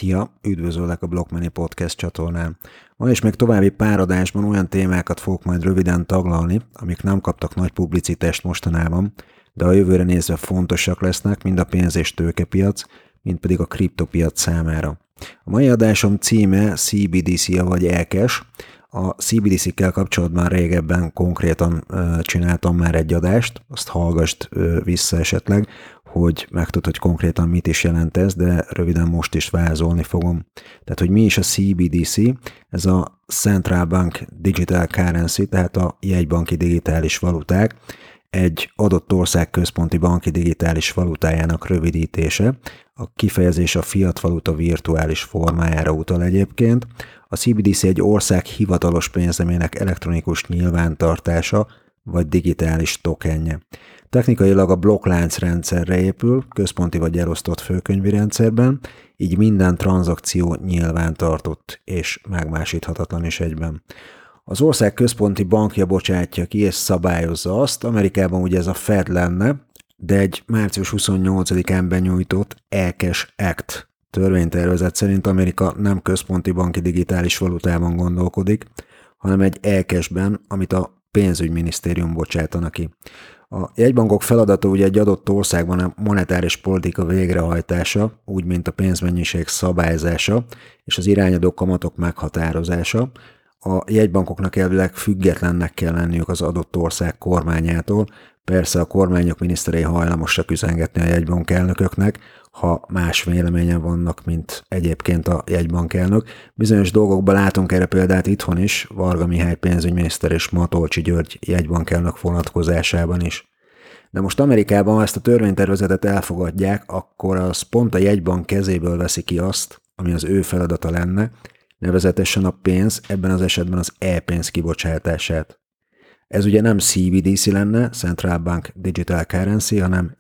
Szia! Üdvözöllek a Blockmoney Podcast csatornán. Ma és még további pár adásban olyan témákat fogok majd röviden taglalni, amik nem kaptak nagy publicitást mostanában, de a jövőre nézve fontosak lesznek mind a pénz- és tőkepiac, mind pedig a kriptopiac számára. A mai adásom címe CBDC vagy e-cash. A CBDC-kkel kapcsolatban régebben konkrétan csináltam már egy adást, azt hallgassd vissza esetleg, hogy megtud, hogy konkrétan mit is jelent ez, de röviden most is vázolni fogom. Tehát, hogy mi is a CBDC, ez a Central Bank Digital Currency, tehát a jegybanki digitális valuták, egy adott ország központi banki digitális valutájának rövidítése. A kifejezés a fiat valuta virtuális formájára utal egyébként. A CBDC egy ország hivatalos pénznemének elektronikus nyilvántartása, vagy digitális tokenje. Technikailag a blokklánc rendszerre épül, központi vagy elosztott főkönyvi rendszerben, így minden tranzakció nyilvántartott és megmásíthatatlan is egyben. Az ország központi bankja bocsátja ki és szabályozza azt, Amerikában ugye ez a Fed lenne, de egy március 28-án benyújtott e-cash Act törvénytervezet szerint Amerika nem központi banki digitális valutában gondolkodik, hanem egy e-cashben, amit a pénzügyminisztérium bocsátana ki. A jegybankok feladata ugye egy adott országban a monetáris politika végrehajtása, úgy mint a pénzmennyiség szabályzása és az irányadó kamatok meghatározása. A jegybankoknak elvileg függetlennek kell lenniük az adott ország kormányától, persze a kormányok miniszterei hajlamosak üzengetni a jegybankelnököknek, ha más véleményen vannak, mint egyébként a jegybankelnök. Bizonyos dolgokban látunk erre példát itthon is, Varga Mihály pénzügyminiszter és Matolcsy György jegybankelnök vonatkozásában is. De most Amerikában, ha ezt a törvénytervezetet elfogadják, akkor az pont a jegybank kezéből veszi ki azt, ami az ő feladata lenne, nevezetesen a pénz, ebben az esetben az e-pénz kibocsátását. Ez ugye nem CBDC lenne, Central Bank Digital Currency, hanem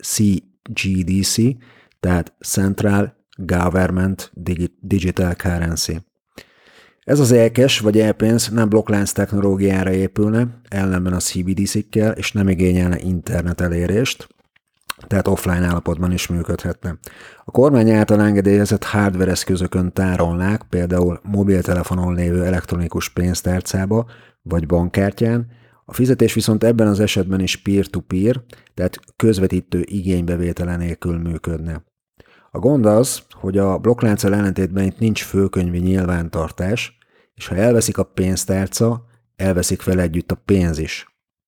CGDC, tehát Central Government Digital Currency. Ez az e-cash vagy e-pénz nem blokklánc technológiára épülne, ellenben a CBDC-kkel, és nem igényelne internet elérést, tehát offline állapotban is működhetne. A kormány által engedélyezett hardware eszközökön tárolnák, például mobiltelefonon lévő elektronikus pénztárcába vagy bankkártyán, a fizetés viszont ebben az esetben is peer-to-peer, tehát közvetítő igénybevétele nélkül működne. A gond az, hogy a blokklánccal ellentétben itt nincs főkönyvi nyilvántartás, és ha elveszik a pénztárca, elveszik vele együtt a pénz is.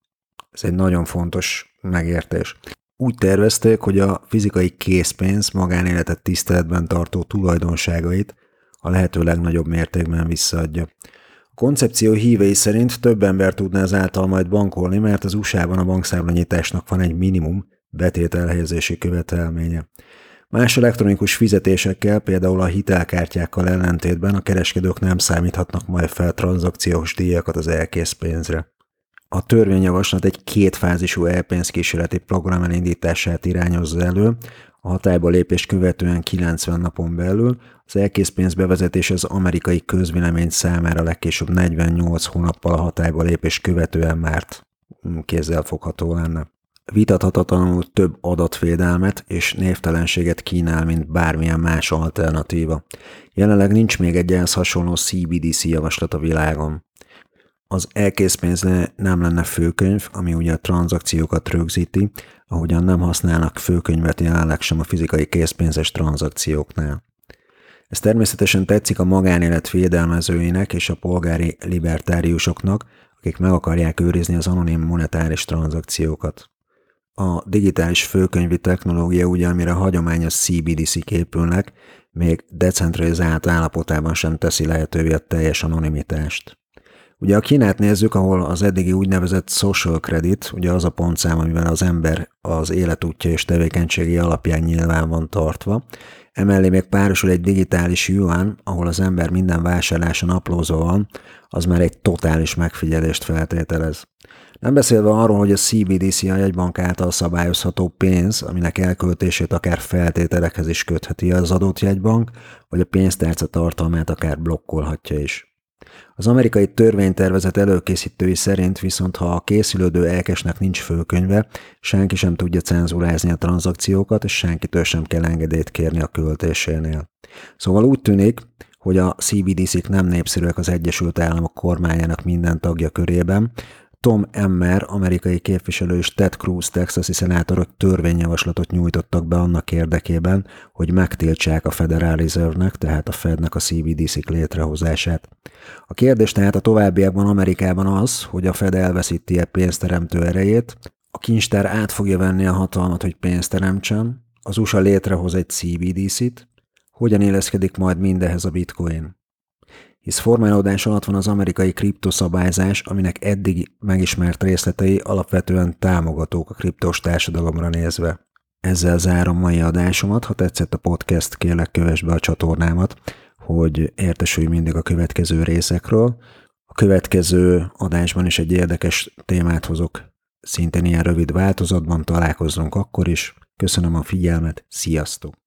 Ez egy nagyon fontos megértés. Úgy tervezték, hogy a fizikai készpénz magánéletet tiszteletben tartó tulajdonságait a lehető legnagyobb mértékben visszaadja. A koncepció hívei szerint több ember tudná ezáltal majd bankolni, mert az USA-ban a bankszámlanyításnak van egy minimum betételhelyezési követelménye. Más elektronikus fizetésekkel, például a hitelkártyákkal ellentétben a kereskedők nem számíthatnak majd fel tranzakciós díjakat az elkészpénzre. A törvényjavaslat egy kétfázisú e-pénz kísérleti program elindítását irányozza elő, a hatályba lépést követően 90 napon belül, az elkészpénz bevezetés az amerikai közvélemény számára legkésőbb 48 hónappal a hatályba lépést követően már kézzelfogható lenne. Vitathatatlanul több adatvédelmet és névtelenséget kínál, mint bármilyen más alternatíva. Jelenleg nincs még egy ehhez hasonló CBDC javaslat a világon. Az e-készpénznél nem lenne főkönyv, ami ugye a tranzakciókat rögzíti, ahogyan nem használnak főkönyvet jelenleg sem a fizikai készpénzes tranzakcióknál. Ez természetesen tetszik a magánélet védelmezőinek és a polgári libertáriusoknak, akik meg akarják őrizni az anonim monetáris tranzakciókat. A digitális főkönyvi technológia ugye, amire hagyományos CBDC-k épülnek, még decentralizált állapotában sem teszi lehetővé a teljes anonimitást. Ugye a Kínát nézzük, ahol az eddigi úgynevezett social credit, ugye az a pontszám, amivel az ember az életútja és tevékenységi alapján nyilván van tartva. Emellé még párosul egy digitális yuan, ahol az ember minden vásárláson naplózva van, az már egy totális megfigyelést feltételez. Nem beszélve arról, hogy a CBDC a jegybank által szabályozható pénz, aminek elköltését akár feltételekhez is kötheti az adott jegybank, vagy a pénztárca tartalmát akár blokkolhatja is. Az amerikai törvénytervezet előkészítői szerint viszont, ha a készülődő elkesnek nincs főkönyve, senki sem tudja cenzúrázni a tranzakciókat, és senkitől sem kell engedélyt kérni a költésénél. Szóval úgy tűnik, hogy a CBDC-k nem népszerűek az Egyesült Államok kormányának minden tagja körében. Tom Emmer, amerikai képviselő és Ted Cruz, texasi szenátorok törvényjavaslatot nyújtottak be annak érdekében, hogy megtiltsák a Federal Reserve-nek, tehát a Fednek a CBDC-k létrehozását. A kérdés tehát a továbbiakban Amerikában az, hogy a Fed elveszíti-e pénzteremtő erejét, a kincstár át fogja venni a hatalmat, hogy pénzt teremtsen, az USA létrehoz egy CBDC-t, hogyan illeszkedik majd mindehez a bitcoin. Hisz formálódás alatt van az amerikai kriptoszabályzás, aminek eddig megismert részletei alapvetően támogatók a kriptos társadalomra nézve. Ezzel zárom mai adásomat, ha tetszett a podcast, kérlek kövess be a csatornámat, hogy értesülj mindig a következő részekről. A következő adásban is egy érdekes témát hozok, szintén ilyen rövid változatban, találkozzunk akkor is. Köszönöm a figyelmet, sziasztok!